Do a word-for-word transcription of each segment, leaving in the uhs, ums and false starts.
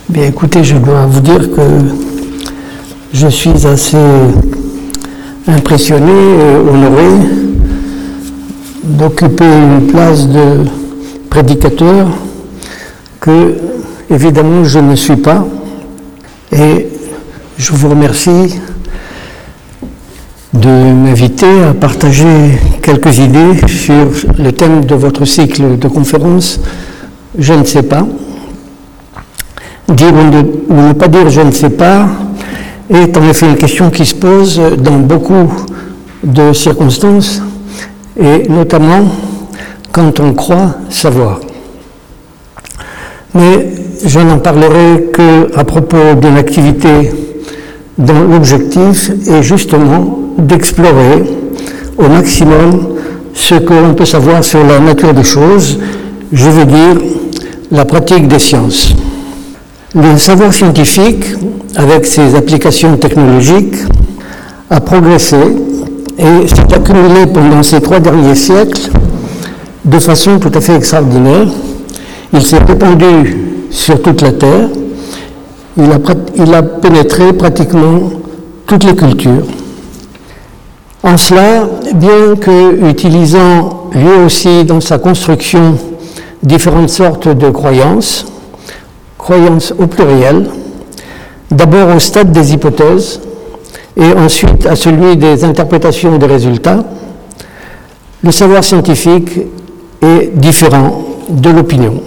Bien écoutez, je dois vous dire que je suis assez impressionné et honoré d'occuper une place de prédicateur que, évidemment, je ne suis pas. Et je vous remercie de m'inviter à partager quelques idées sur le thème de votre cycle de conférences « Je ne sais pas ». Dire ou ne, ou ne pas dire « je ne sais pas » est en effet une question qui se pose dans beaucoup de circonstances, et notamment quand on croit savoir. Mais je n'en parlerai qu'à propos d'une activité dont l'objectif est justement d'explorer au maximum ce que l'on peut savoir sur la nature des choses, je veux dire la pratique des sciences. Le savoir scientifique, avec ses applications technologiques, a progressé et s'est accumulé pendant ces trois derniers siècles de façon tout à fait extraordinaire. Il s'est répandu sur toute la Terre, il a, il a pénétré pratiquement toutes les cultures. En cela, bien que utilisant lui aussi dans sa construction différentes sortes de croyances, croyances au pluriel, d'abord au stade des hypothèses et ensuite à celui des interprétations des résultats, le savoir scientifique est différent de l'opinion.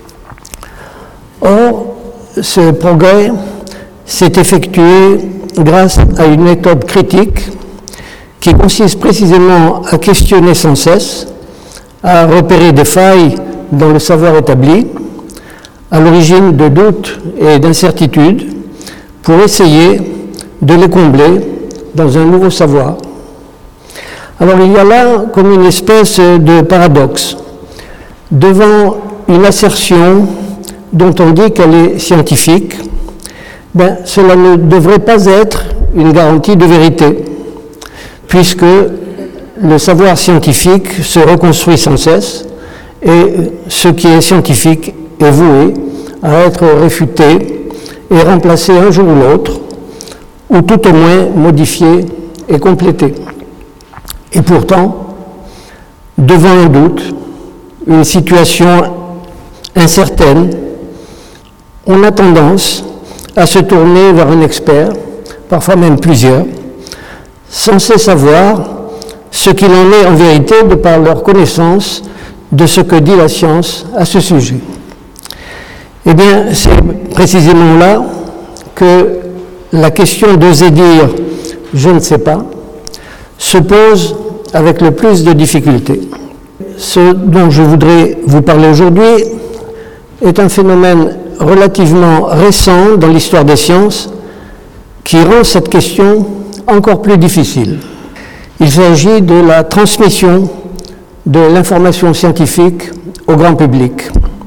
Or, ce progrès s'est effectué grâce à une méthode critique qui consiste précisément à questionner sans cesse, à repérer des failles dans le savoir établi, à l'origine de doutes et d'incertitudes, pour essayer de les combler dans un nouveau savoir. Alors il y a là comme une espèce de paradoxe. Devant une assertion dont on dit qu'elle est scientifique, ben, cela ne devrait pas être une garantie de vérité, puisque le savoir scientifique se reconstruit sans cesse et ce qui est scientifique est voué à être réfuté et remplacé un jour ou l'autre, ou tout au moins modifié et complété. Et pourtant, devant un doute, une situation incertaine, on a tendance à se tourner vers un expert, parfois même plusieurs, censés savoir ce qu'il en est en vérité de par leur connaissance de ce que dit la science à ce sujet. Eh bien, c'est précisément là que la question d'oser dire « je ne sais pas » se pose avec le plus de difficultés. Ce dont je voudrais vous parler aujourd'hui est un phénomène relativement récent dans l'histoire des sciences qui rend cette question encore plus difficile. Il s'agit de la transmission de l'information scientifique au grand public.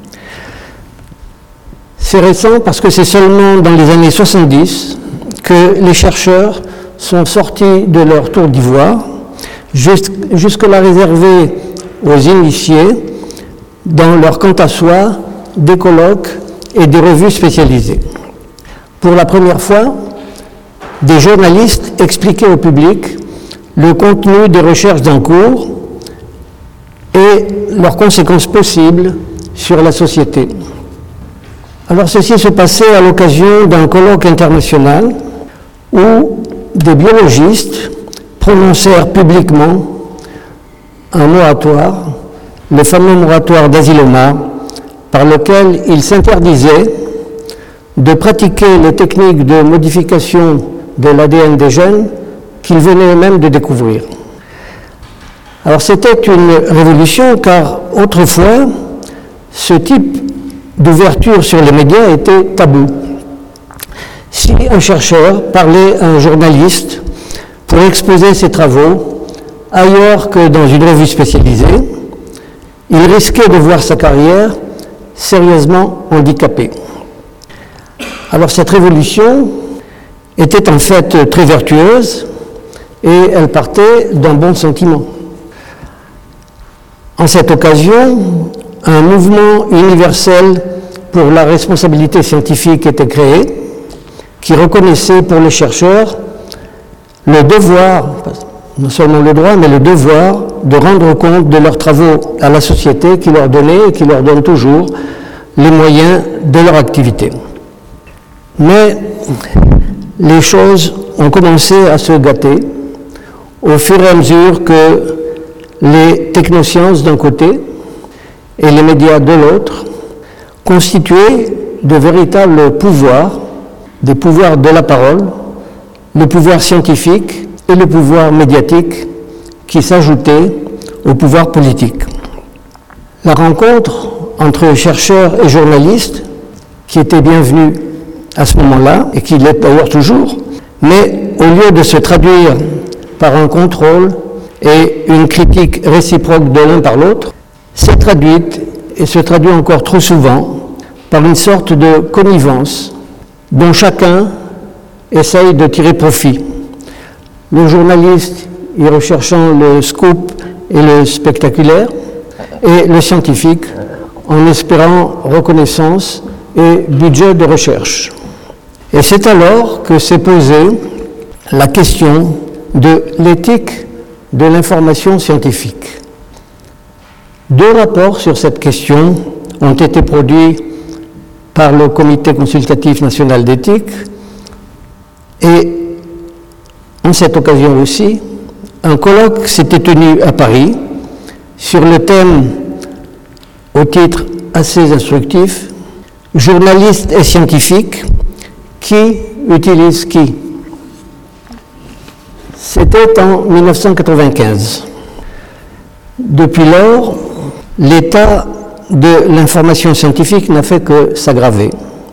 C'est récent parce que c'est seulement dans les années soixante-dix que les chercheurs sont sortis de leur tour d'ivoire, jusque-là réservés aux initiés, dans leur quant à soi, des colloques et des revues spécialisées. Pour la première fois, des journalistes expliquaient au public le contenu des recherches en cours et leurs conséquences possibles sur la société. Alors ceci se passait à l'occasion d'un colloque international où des biologistes prononcèrent publiquement un moratoire, le fameux moratoire d'Asilomar, par lequel ils s'interdisaient de pratiquer les techniques de modification de l'A D N des gènes qu'ils venaient eux-mêmes de découvrir. Alors c'était une révolution car autrefois, ce type d'ouverture sur les médias était tabou. Si un chercheur parlait à un journaliste pour exposer ses travaux ailleurs que dans une revue spécialisée, il risquait de voir sa carrière sérieusement handicapée. Alors cette révolution était en fait très vertueuse et elle partait d'un bon sentiment. En cette occasion, un mouvement universel pour la responsabilité scientifique était créé, qui reconnaissait pour les chercheurs le devoir, non seulement le droit, mais le devoir de rendre compte de leurs travaux à la société qui leur donnait et qui leur donne toujours les moyens de leur activité. Mais les choses ont commencé à se gâter au fur et à mesure que les technosciences d'un côté et les médias de l'autre constituaient de véritables pouvoirs, des pouvoirs de la parole, le pouvoir scientifique et le pouvoir médiatique qui s'ajoutaient au pouvoir politique. La rencontre entre chercheurs et journalistes, qui était bienvenue à ce moment-là, et qui l'est d'ailleurs toujours, mais au lieu de se traduire par un contrôle et une critique réciproque de l'un par l'autre, s'est traduite, et se traduit encore trop souvent, par une sorte de connivence dont chacun essaye de tirer profit. Le journaliste y recherchant le scoop et le spectaculaire, et le scientifique en espérant reconnaissance et budget de recherche. Et c'est alors que s'est posée la question de l'éthique de l'information scientifique. Deux rapports sur cette question ont été produits par le Comité consultatif national d'éthique et en cette occasion aussi, un colloque s'était tenu à Paris sur le thème au titre assez instructif « Journalistes et scientifiques, qui utilise qui ?» C'était en mille neuf cent quatre-vingt-quinze. Depuis lors, l'état de l'information scientifique n'a fait que s'aggraver.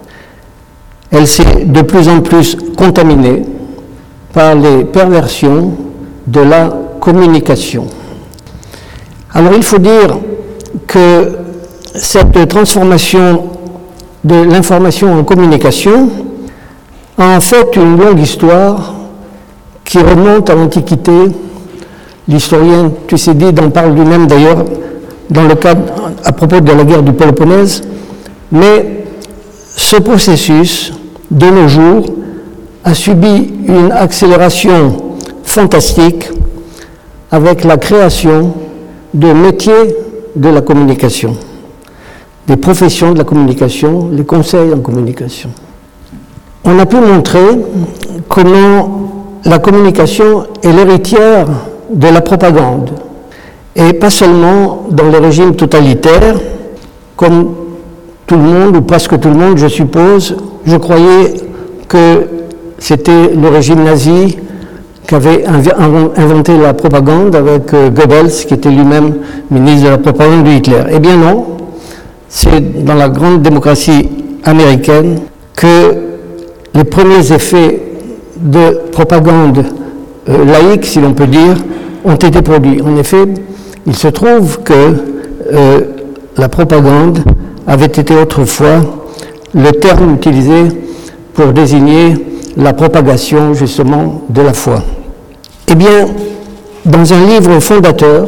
Elle s'est de plus en plus contaminée par les perversions de la communication. Alors il faut dire que cette transformation de l'information en communication a en fait une longue histoire qui remonte à l'Antiquité. L'historien Thucydide en parle lui-même d'ailleurs dans le cadre à propos de la guerre du Péloponnèse, mais ce processus de nos jours a subi une accélération fantastique avec la création de métiers de la communication, des professions de la communication, les conseils en communication. On a pu montrer comment la communication est l'héritière de la propagande, et pas seulement dans les régimes totalitaires, comme tout le monde, ou presque tout le monde, je suppose. Je croyais que c'était le régime nazi qui avait inventé la propagande avec Goebbels, qui était lui-même ministre de la propagande de Hitler. Eh bien non, c'est dans la grande démocratie américaine que les premiers effets de propagande euh, laïque, si l'on peut dire, ont été produits. En effet, il se trouve que euh, la propagande avait été autrefois le terme utilisé pour désigner la propagation justement de la foi. Eh bien, dans un livre fondateur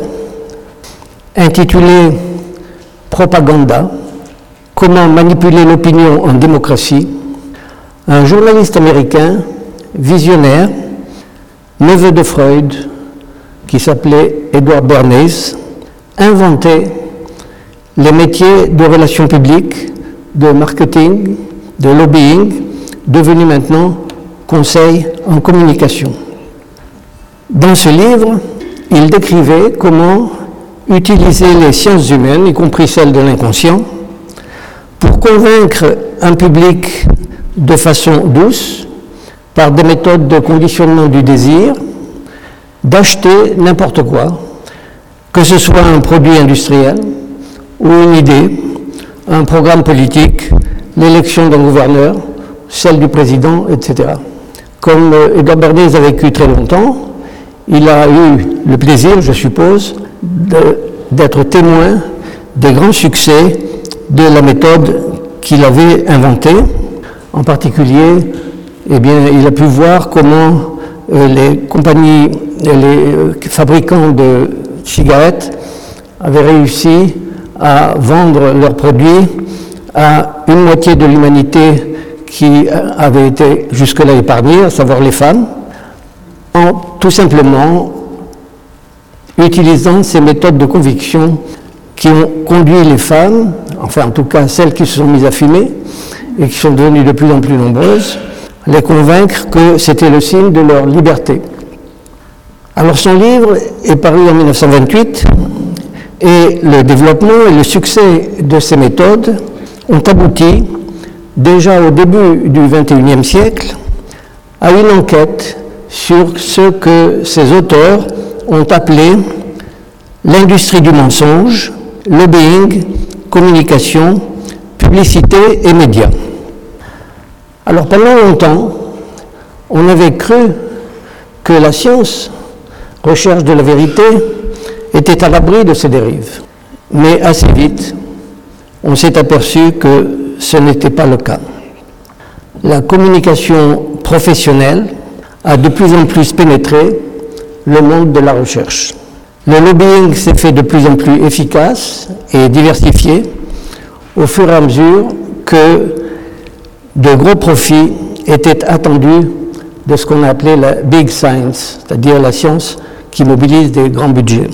intitulé « Propaganda, comment manipuler l'opinion en démocratie », un journaliste américain, visionnaire, neveu de Freud, qui s'appelait Edward Bernays, inventait les métiers de relations publiques, de marketing, de lobbying, devenus maintenant conseil en communication. Dans ce livre, il décrivait comment utiliser les sciences humaines, y compris celles de l'inconscient, pour convaincre un public de façon douce, par des méthodes de conditionnement du désir, d'acheter n'importe quoi, que ce soit un produit industriel ou une idée, un programme politique, l'élection d'un gouverneur, celle du président, et cetera. Comme Edward Bernays a vécu très longtemps, il a eu le plaisir, je suppose, de, d'être témoin des grands succès de la méthode qu'il avait inventée. En particulier, eh bien, il a pu voir comment euh, les compagnies, les euh, fabricants de cigarettes avaient réussi à vendre leurs produits à une moitié de l'humanité qui avait été jusque-là épargnée, à savoir les femmes, en tout simplement utilisant ces méthodes de conviction qui ont conduit les femmes, enfin en tout cas celles qui se sont mises à fumer et qui sont devenues de plus en plus nombreuses, à les convaincre que c'était le signe de leur liberté. Alors son livre est paru en mille neuf cent vingt-huit et le développement et le succès de ces méthodes ont abouti, déjà au début du vingt et unième siècle, à une enquête sur ce que ces auteurs ont appelé l'industrie du mensonge, lobbying, communication, publicité et médias. Alors pendant longtemps, on avait cru que la science, recherche de la vérité, était à l'abri de ces dérives. Mais assez vite, on s'est aperçu que ce n'était pas le cas. La communication professionnelle a de plus en plus pénétré le monde de la recherche. Le lobbying s'est fait de plus en plus efficace et diversifié au fur et à mesure que de gros profits étaient attendus de ce qu'on a appelé la big science, c'est-à-dire la science qui mobilise des grands budgets.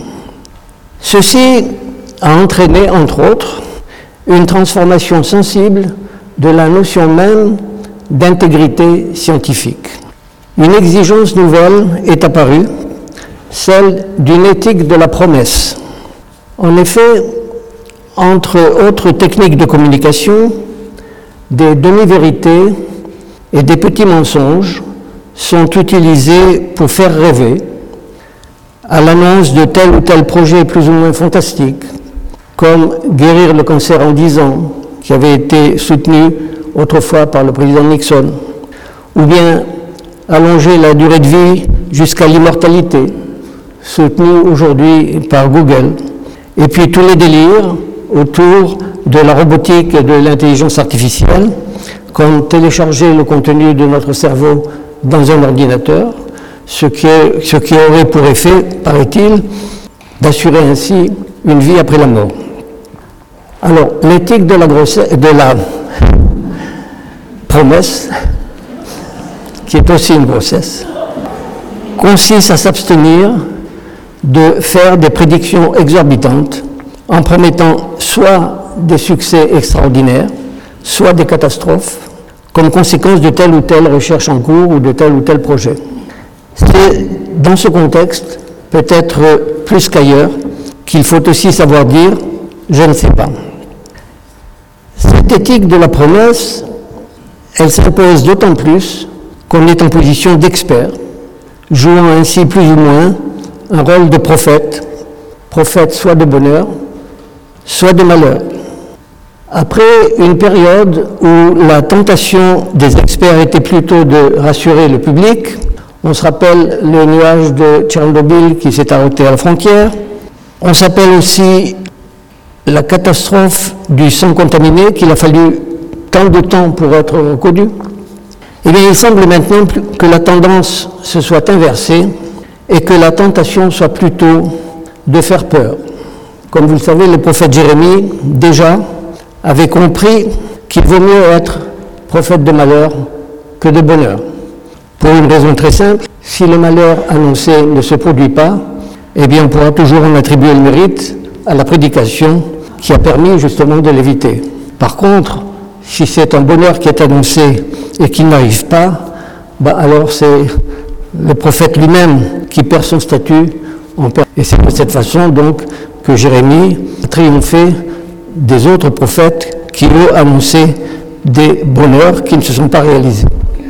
Ceci a entraîné, entre autres, une transformation sensible de la notion même d'intégrité scientifique. Une exigence nouvelle est apparue, celle d'une éthique de la promesse. En effet, entre autres techniques de communication, des demi-vérités et des petits mensonges sont utilisés pour faire rêver à l'annonce de tel ou tel projet plus ou moins fantastique, comme guérir le cancer en dix ans, qui avait été soutenu autrefois par le président Nixon, ou bien allonger la durée de vie jusqu'à l'immortalité, soutenu aujourd'hui par Google, et puis tous les délires autour de la robotique et de l'intelligence artificielle, comme télécharger le contenu de notre cerveau dans un ordinateur, ce qui, est, ce qui aurait pour effet, paraît-il, d'assurer ainsi une vie après la mort. Alors, l'éthique de la, grossesse, de la promesse, qui est aussi une grossesse, consiste à s'abstenir de faire des prédictions exorbitantes en promettant soit des succès extraordinaires, soit des catastrophes, comme conséquence de telle ou telle recherche en cours ou de tel ou tel projet. C'est dans ce contexte, peut-être plus qu'ailleurs, qu'il faut aussi savoir dire « je ne sais pas ». Cette éthique de la promesse, elle s'impose d'autant plus qu'on est en position d'expert, jouant ainsi plus ou moins un rôle de prophète, prophète soit de bonheur, soit de malheur. Après une période où la tentation des experts était plutôt de rassurer le public, on se rappelle le nuage de Tchernobyl qui s'est arrêté à la frontière, on s'appelle aussi la catastrophe du sang contaminé qu'il a fallu tant de temps pour être reconnu. Eh bien, il semble maintenant que la tendance se soit inversée et que la tentation soit plutôt de faire peur. Comme vous le savez, le prophète Jérémie, déjà, avait compris qu'il vaut mieux être prophète de malheur que de bonheur. Pour une raison très simple, si le malheur annoncé ne se produit pas, eh bien, on pourra toujours en attribuer le mérite à la prédication qui a permis justement de l'éviter. Par contre, si c'est un bonheur qui est annoncé et qui n'arrive pas, bah alors c'est le prophète lui-même qui perd son statut. Et c'est de cette façon donc que Jérémie a triomphé des autres prophètes qui eux annonçaient des bonheurs qui ne se sont pas réalisés.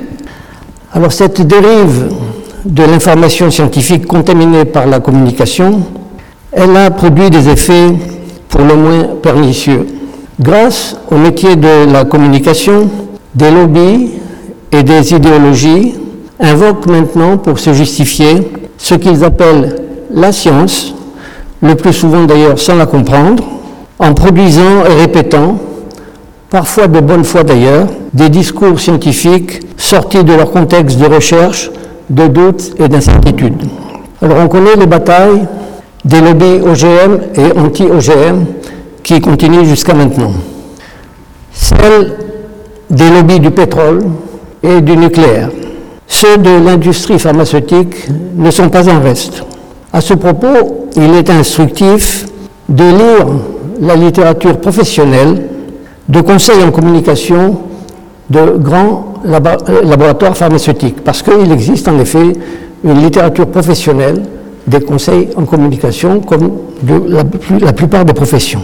Alors cette dérive de l'information scientifique contaminée par la communication, elle a produit des effets pour le moins pernicieux. Grâce au métier de la communication, des lobbies et des idéologies invoquent maintenant pour se justifier ce qu'ils appellent la science, le plus souvent d'ailleurs sans la comprendre, en produisant et répétant, parfois de bonne foi d'ailleurs, des discours scientifiques sortis de leur contexte de recherche, de doute et d'incertitude. Alors on connaît les batailles des lobbies O G M et anti-O G M qui continuent jusqu'à maintenant. celle des lobbies du pétrole et du nucléaire. Ceux de l'industrie pharmaceutique ne sont pas en reste. À ce propos, il est instructif de lire la littérature professionnelle de conseils en communication de grands laboratoires pharmaceutiques, parce qu'il existe en effet une littérature professionnelle des conseils en communication comme de la, la plupart des professions.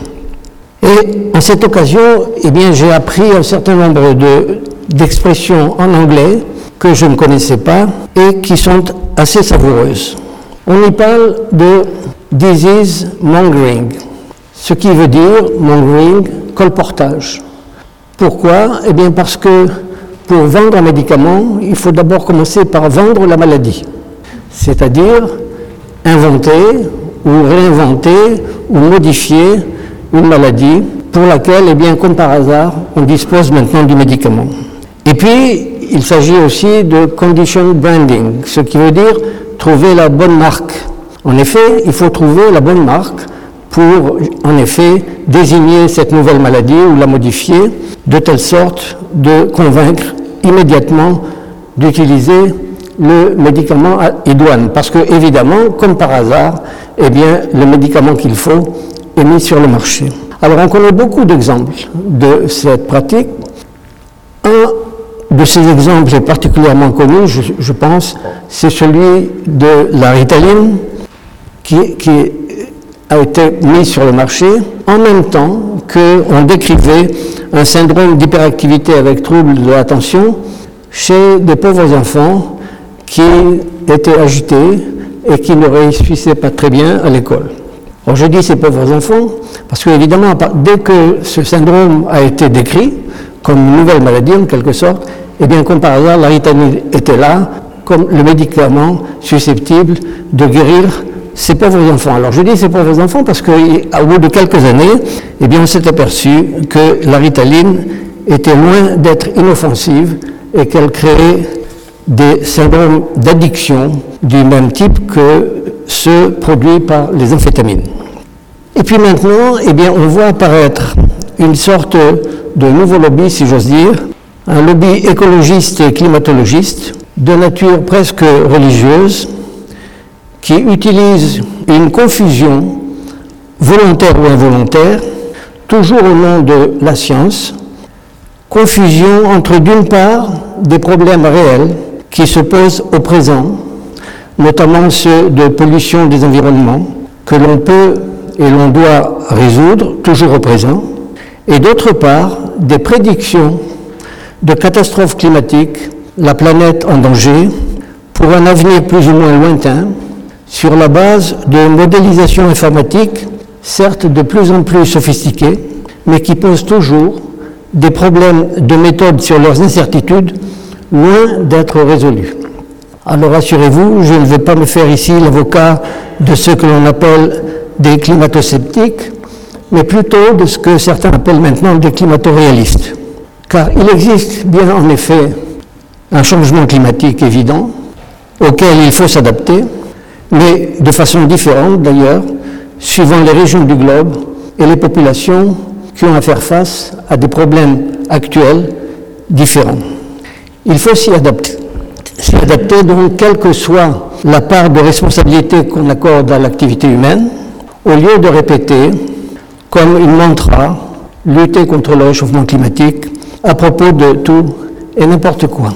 Et en cette occasion, eh bien, j'ai appris un certain nombre de, d'expressions en anglais que je ne connaissais pas et qui sont assez savoureuses. On y parle de disease mongering, ce qui veut dire mongering, colportage. Pourquoi? Eh bien parce que pour vendre un médicament, il faut d'abord commencer par vendre la maladie, c'est-à-dire inventer ou réinventer ou modifier une maladie pour laquelle, eh bien, comme par hasard, on dispose maintenant du médicament. Et puis, il s'agit aussi de condition branding, ce qui veut dire trouver la bonne marque. En effet, il faut trouver la bonne marque pour, en effet, désigner cette nouvelle maladie ou la modifier de telle sorte de convaincre immédiatement d'utiliser le médicament idoine. Parce que, évidemment, comme par hasard, eh bien, le médicament qu'il faut est mis sur le marché. Alors, on connaît beaucoup d'exemples de cette pratique. Un de ces exemples est particulièrement connu, je, je pense, c'est celui de la Ritaline, qui, qui a été mis sur le marché en même temps qu'on décrivait un syndrome d'hyperactivité avec trouble de l'attention chez des pauvres enfants qui étaient agités et qui ne réussissaient pas très bien à l'école. Alors je dis ces pauvres enfants parce qu'évidemment, dès que ce syndrome a été décrit comme une nouvelle maladie en quelque sorte, eh bien comme par hasard, la Ritaline était là comme le médicament susceptible de guérir ces pauvres enfants. Alors je dis ces pauvres enfants parce qu'au bout de quelques années, eh bien on s'est aperçu que la Ritaline était loin d'être inoffensive et qu'elle créait des syndromes d'addiction du même type que ceux produits par les amphétamines. Et puis maintenant, eh bien, on voit apparaître une sorte de nouveau lobby, si j'ose dire, un lobby écologiste et climatologiste de nature presque religieuse qui utilise une confusion volontaire ou involontaire, toujours au nom de la science, confusion entre d'une part des problèmes réels qui se posent au présent, notamment ceux de pollution des environnements, que l'on peut et l'on doit résoudre, toujours au présent, et d'autre part, des prédictions de catastrophes climatiques, la planète en danger, pour un avenir plus ou moins lointain, sur la base de modélisation informatique, certes de plus en plus sophistiquées, mais qui posent toujours des problèmes de méthode sur leurs incertitudes, loin d'être résolus. Alors rassurez-vous, je ne vais pas me faire ici l'avocat de ce que l'on appelle des climato-sceptiques, mais plutôt de ce que certains appellent maintenant des climato-réalistes. Car il existe bien en effet un changement climatique évident, auquel il faut s'adapter, mais de façon différente d'ailleurs, suivant les régions du globe et les populations qui ont à faire face à des problèmes actuels différents. Il faut s'y adapter. S'y adapter donc, quelle que soit la part de responsabilité qu'on accorde à l'activité humaine, au lieu de répéter, comme une mantra, lutter contre le réchauffement climatique à propos de tout et n'importe quoi.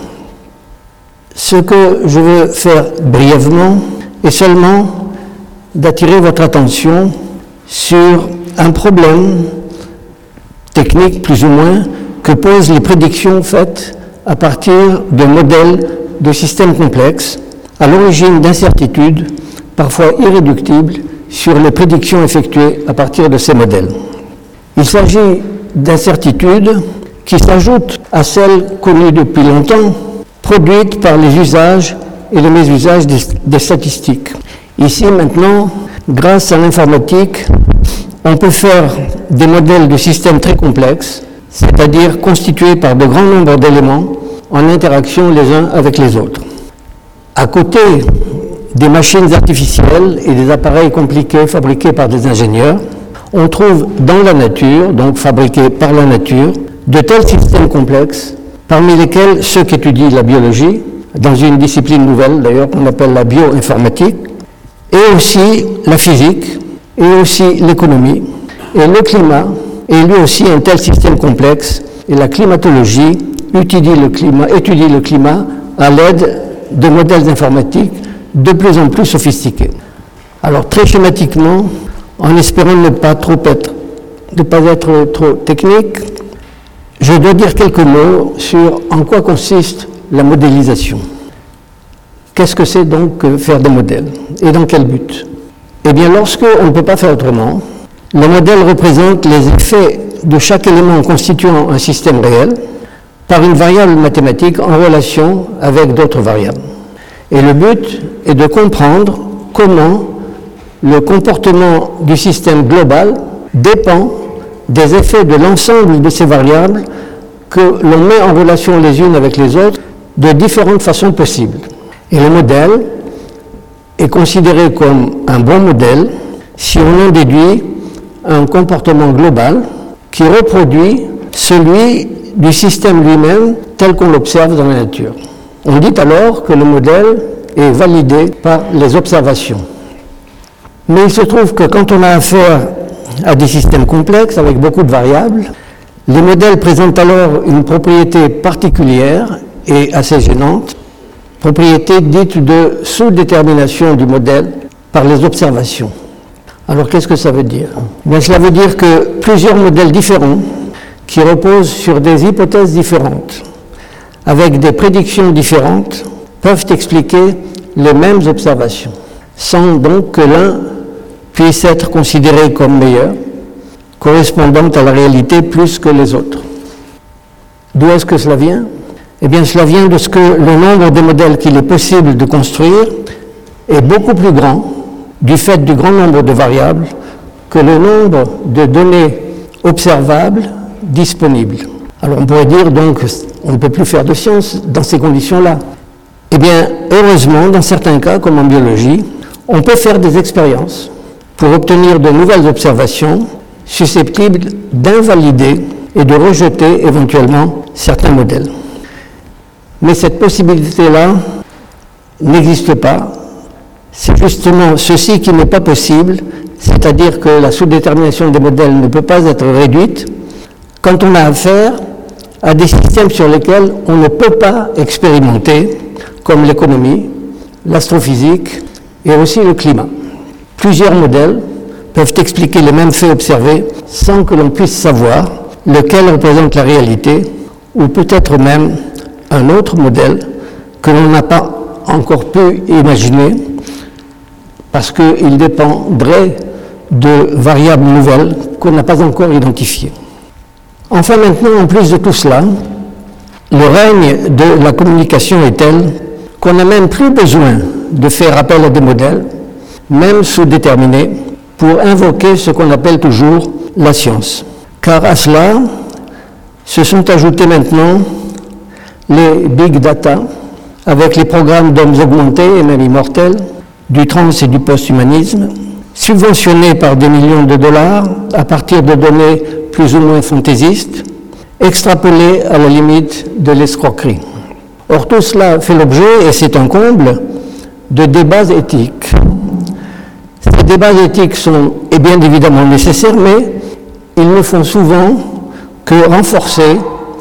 Ce que je veux faire brièvement est seulement d'attirer votre attention sur un problème technique, plus ou moins, que posent les prédictions faites à partir de modèles de systèmes complexes, à l'origine d'incertitudes, parfois irréductibles, sur les prédictions effectuées à partir de ces modèles. Il s'agit d'incertitudes qui s'ajoutent à celles connues depuis longtemps, produites par les usages et les mésusages des, des statistiques. Ici, maintenant, grâce à l'informatique, on peut faire des modèles de systèmes très complexes, c'est-à-dire constitués par de grands nombres d'éléments en interaction les uns avec les autres. À côté des machines artificielles et des appareils compliqués fabriqués par des ingénieurs, on trouve dans la nature, donc fabriqués par la nature, de tels systèmes complexes, parmi lesquels ceux qu'étudie la biologie, dans une discipline nouvelle d'ailleurs qu'on appelle la bioinformatique, et aussi la physique, et aussi l'économie, et le climat, et lui aussi un tel système complexe, et la climatologie étudie le climat, étudie le climat à l'aide de modèles informatiques de plus en plus sophistiqués. Alors très schématiquement, en espérant ne pas trop être, ne pas être trop technique, je dois dire quelques mots sur en quoi consiste la modélisation. Qu'est-ce que c'est donc que faire des modèles et dans quel but? Eh bien, lorsque on ne peut pas faire autrement, le modèle représente les effets de chaque élément constituant un système réel par une variable mathématique en relation avec d'autres variables. Et le but est de comprendre comment le comportement du système global dépend des effets de l'ensemble de ces variables que l'on met en relation les unes avec les autres de différentes façons possibles. Et le modèle est considéré comme un bon modèle si on en déduit un comportement global qui reproduit celui du système lui-même tel qu'on l'observe dans la nature. On dit alors que le modèle est validé par les observations. Mais il se trouve que quand on a affaire à des systèmes complexes avec beaucoup de variables, les modèles présentent alors une propriété particulière et assez gênante, propriété dite de sous-détermination du modèle par les observations. Alors qu'est-ce que ça veut dire? Bien, cela veut dire que plusieurs modèles différents qui reposent sur des hypothèses différentes, avec des prédictions différentes, peuvent expliquer les mêmes observations, sans donc que l'un puisse être considéré comme meilleur, correspondant à la réalité plus que les autres. D'où est-ce que cela vient? Eh bien, cela vient de ce que le nombre de modèles qu'il est possible de construire est beaucoup plus grand, du fait du grand nombre de variables, que le nombre de données observables disponibles. Alors on pourrait dire donc on ne peut plus faire de science dans ces conditions-là. Eh bien, heureusement, dans certains cas, comme en biologie, on peut faire des expériences pour obtenir de nouvelles observations susceptibles d'invalider et de rejeter éventuellement certains modèles. Mais cette possibilité-là n'existe pas. C'est justement ceci qui n'est pas possible, c'est-à-dire que la sous-détermination des modèles ne peut pas être réduite quand on a affaire à des systèmes sur lesquels on ne peut pas expérimenter, comme l'économie, l'astrophysique et aussi le climat. Plusieurs modèles peuvent expliquer les mêmes faits observés sans que l'on puisse savoir lequel représente la réalité, ou peut-être même un autre modèle que l'on n'a pas encore pu imaginer, parce qu'il dépendrait de variables nouvelles qu'on n'a pas encore identifiées. Enfin maintenant, en plus de tout cela, le règne de la communication est tel qu'on n'a même plus besoin de faire appel à des modèles, même sous-déterminés, pour invoquer ce qu'on appelle toujours la science. Car à cela se sont ajoutés maintenant les big data, avec les programmes d'hommes augmentés et même immortels, du trans et du post-humanisme, subventionnés par des millions de dollars à partir de données plus ou moins fantaisistes, extrapolées à la limite de l'escroquerie. Or tout cela fait l'objet, et c'est un comble, de débats éthiques. Ces débats éthiques sont et bien évidemment nécessaires, mais ils ne font souvent que renforcer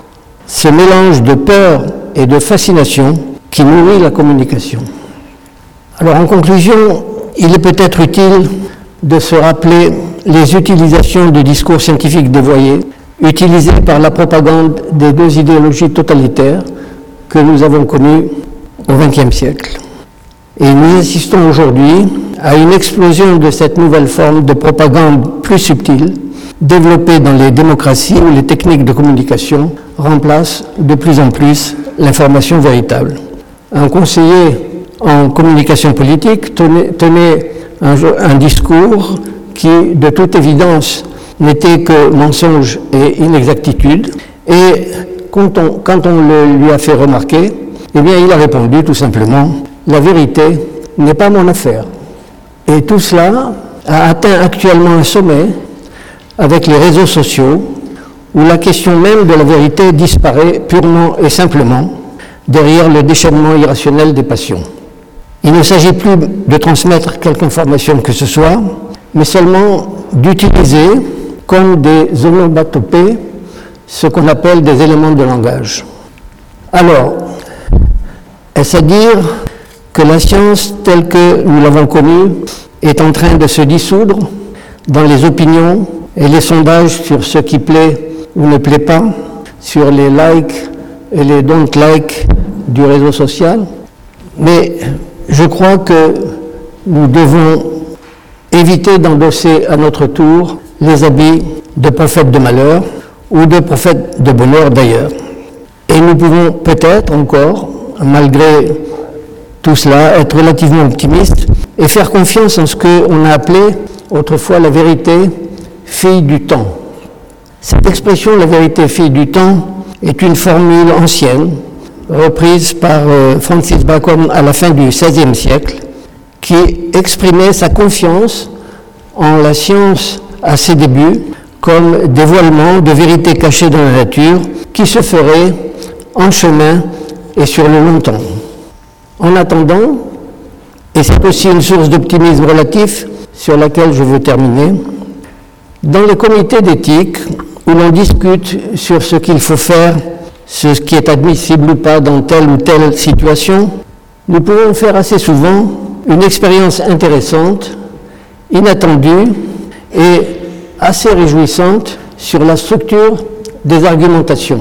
ce mélange de peur et de fascination qui nourrit la communication. Alors en conclusion, il est peut-être utile de se rappeler les utilisations de discours scientifiques dévoyés, utilisés par la propagande des deux idéologies totalitaires que nous avons connues au vingtième siècle. Et nous assistons aujourd'hui à une explosion de cette nouvelle forme de propagande plus subtile, développée dans les démocraties où les techniques de communication remplacent de plus en plus l'information véritable. Un conseiller en communication politique tenait, tenait un, un discours qui, de toute évidence, n'était que mensonge et inexactitude. Et quand on, quand on le lui a fait remarquer, eh bien, il a répondu tout simplement « La vérité n'est pas mon affaire ». Et tout cela a atteint actuellement un sommet avec les réseaux sociaux, où la question même de la vérité disparaît purement et simplement derrière le déchaînement irrationnel des passions. Il ne s'agit plus de transmettre quelque information que ce soit, mais seulement d'utiliser comme des onomatopées ce qu'on appelle des éléments de langage. Alors, est-ce à dire que la science telle que nous l'avons connue est en train de se dissoudre dans les opinions et les sondages sur ce qui plaît ou ne plaît pas, sur les likes et les don't like du réseau social? Mais je crois que nous devons éviter d'endosser à notre tour les habits de prophètes de malheur ou de prophètes de bonheur d'ailleurs. Et nous pouvons peut-être encore, malgré tout cela, être relativement optimistes et faire confiance en ce qu'on a appelé autrefois la vérité fille du temps. Cette expression, la vérité fille du temps, est une formule ancienne, reprise par euh, Francis Bacon à la fin du seizième siècle, qui exprimait sa confiance en la science à ses débuts comme dévoilement de vérités cachées dans la nature qui se feraient en chemin et sur le long temps. En attendant, et c'est aussi une source d'optimisme relatif sur laquelle je veux terminer, dans les comités d'éthique où l'on discute sur ce qu'il faut faire, ce qui est admissible ou pas dans telle ou telle situation, nous pouvons faire assez souvent une expérience intéressante, inattendue et assez réjouissante sur la structure des argumentations.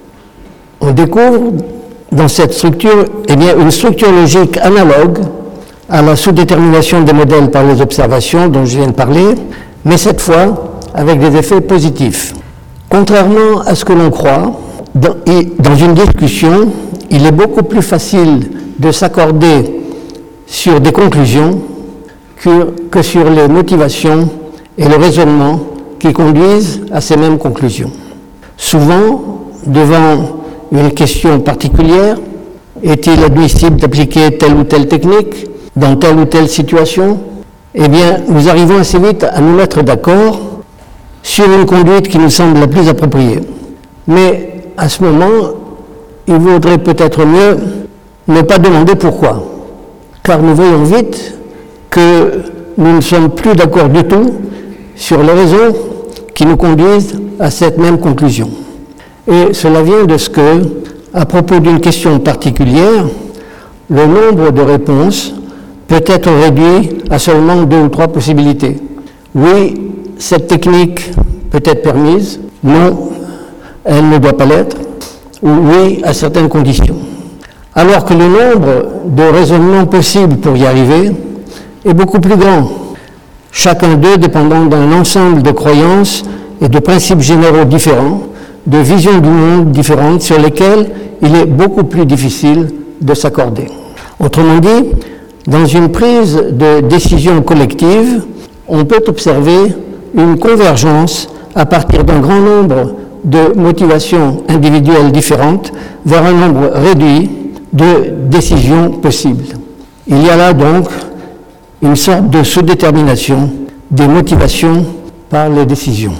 On découvre dans cette structure eh bien, une structure logique analogue à la sous-détermination des modèles par les observations dont je viens de parler, mais cette fois avec des effets positifs. Contrairement à ce que l'on croit, dans, dans une discussion, il est beaucoup plus facile de s'accorder sur des conclusions que, que sur les motivations et le raisonnement qui conduisent à ces mêmes conclusions. Souvent, devant une question particulière, est-il admissible d'appliquer telle ou telle technique dans telle ou telle situation? Eh bien, nous arrivons assez vite à nous mettre d'accord sur une conduite qui nous semble la plus appropriée. Mais à ce moment, il vaudrait peut-être mieux ne pas demander pourquoi, car nous voyons vite que nous ne sommes plus d'accord du tout sur les raisons qui nous conduisent à cette même conclusion. Et cela vient de ce que, à propos d'une question particulière, le nombre de réponses peut être réduit à seulement deux ou trois possibilités. Oui, cette technique peut être permise, non, elle ne doit pas l'être, ou oui, à certaines conditions. Alors que le nombre de raisonnements possibles pour y arriver est beaucoup plus grand, chacun d'eux dépendant d'un ensemble de croyances et de principes généraux différents, de visions du monde différentes sur lesquelles il est beaucoup plus difficile de s'accorder. Autrement dit, dans une prise de décision collective, on peut observer une convergence à partir d'un grand nombre de motivations individuelles différentes vers un nombre réduit de décisions possibles. Il y a là donc une sorte de sous-détermination des motivations par les décisions.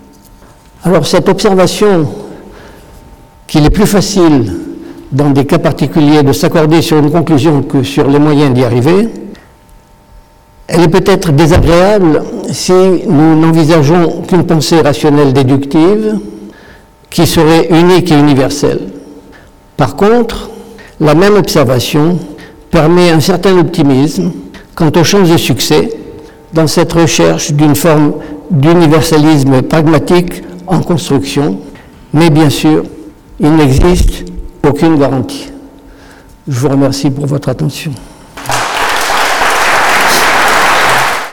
Alors cette observation qu'il est plus facile dans des cas particuliers de s'accorder sur une conclusion que sur les moyens d'y arriver, elle est peut-être désagréable si nous n'envisageons qu'une pensée rationnelle déductive qui serait unique et universelle. Par contre, la même observation permet un certain optimisme quant aux chances de succès dans cette recherche d'une forme d'universalisme pragmatique en construction, mais bien sûr, il n'existe aucune garantie. Je vous remercie pour votre attention.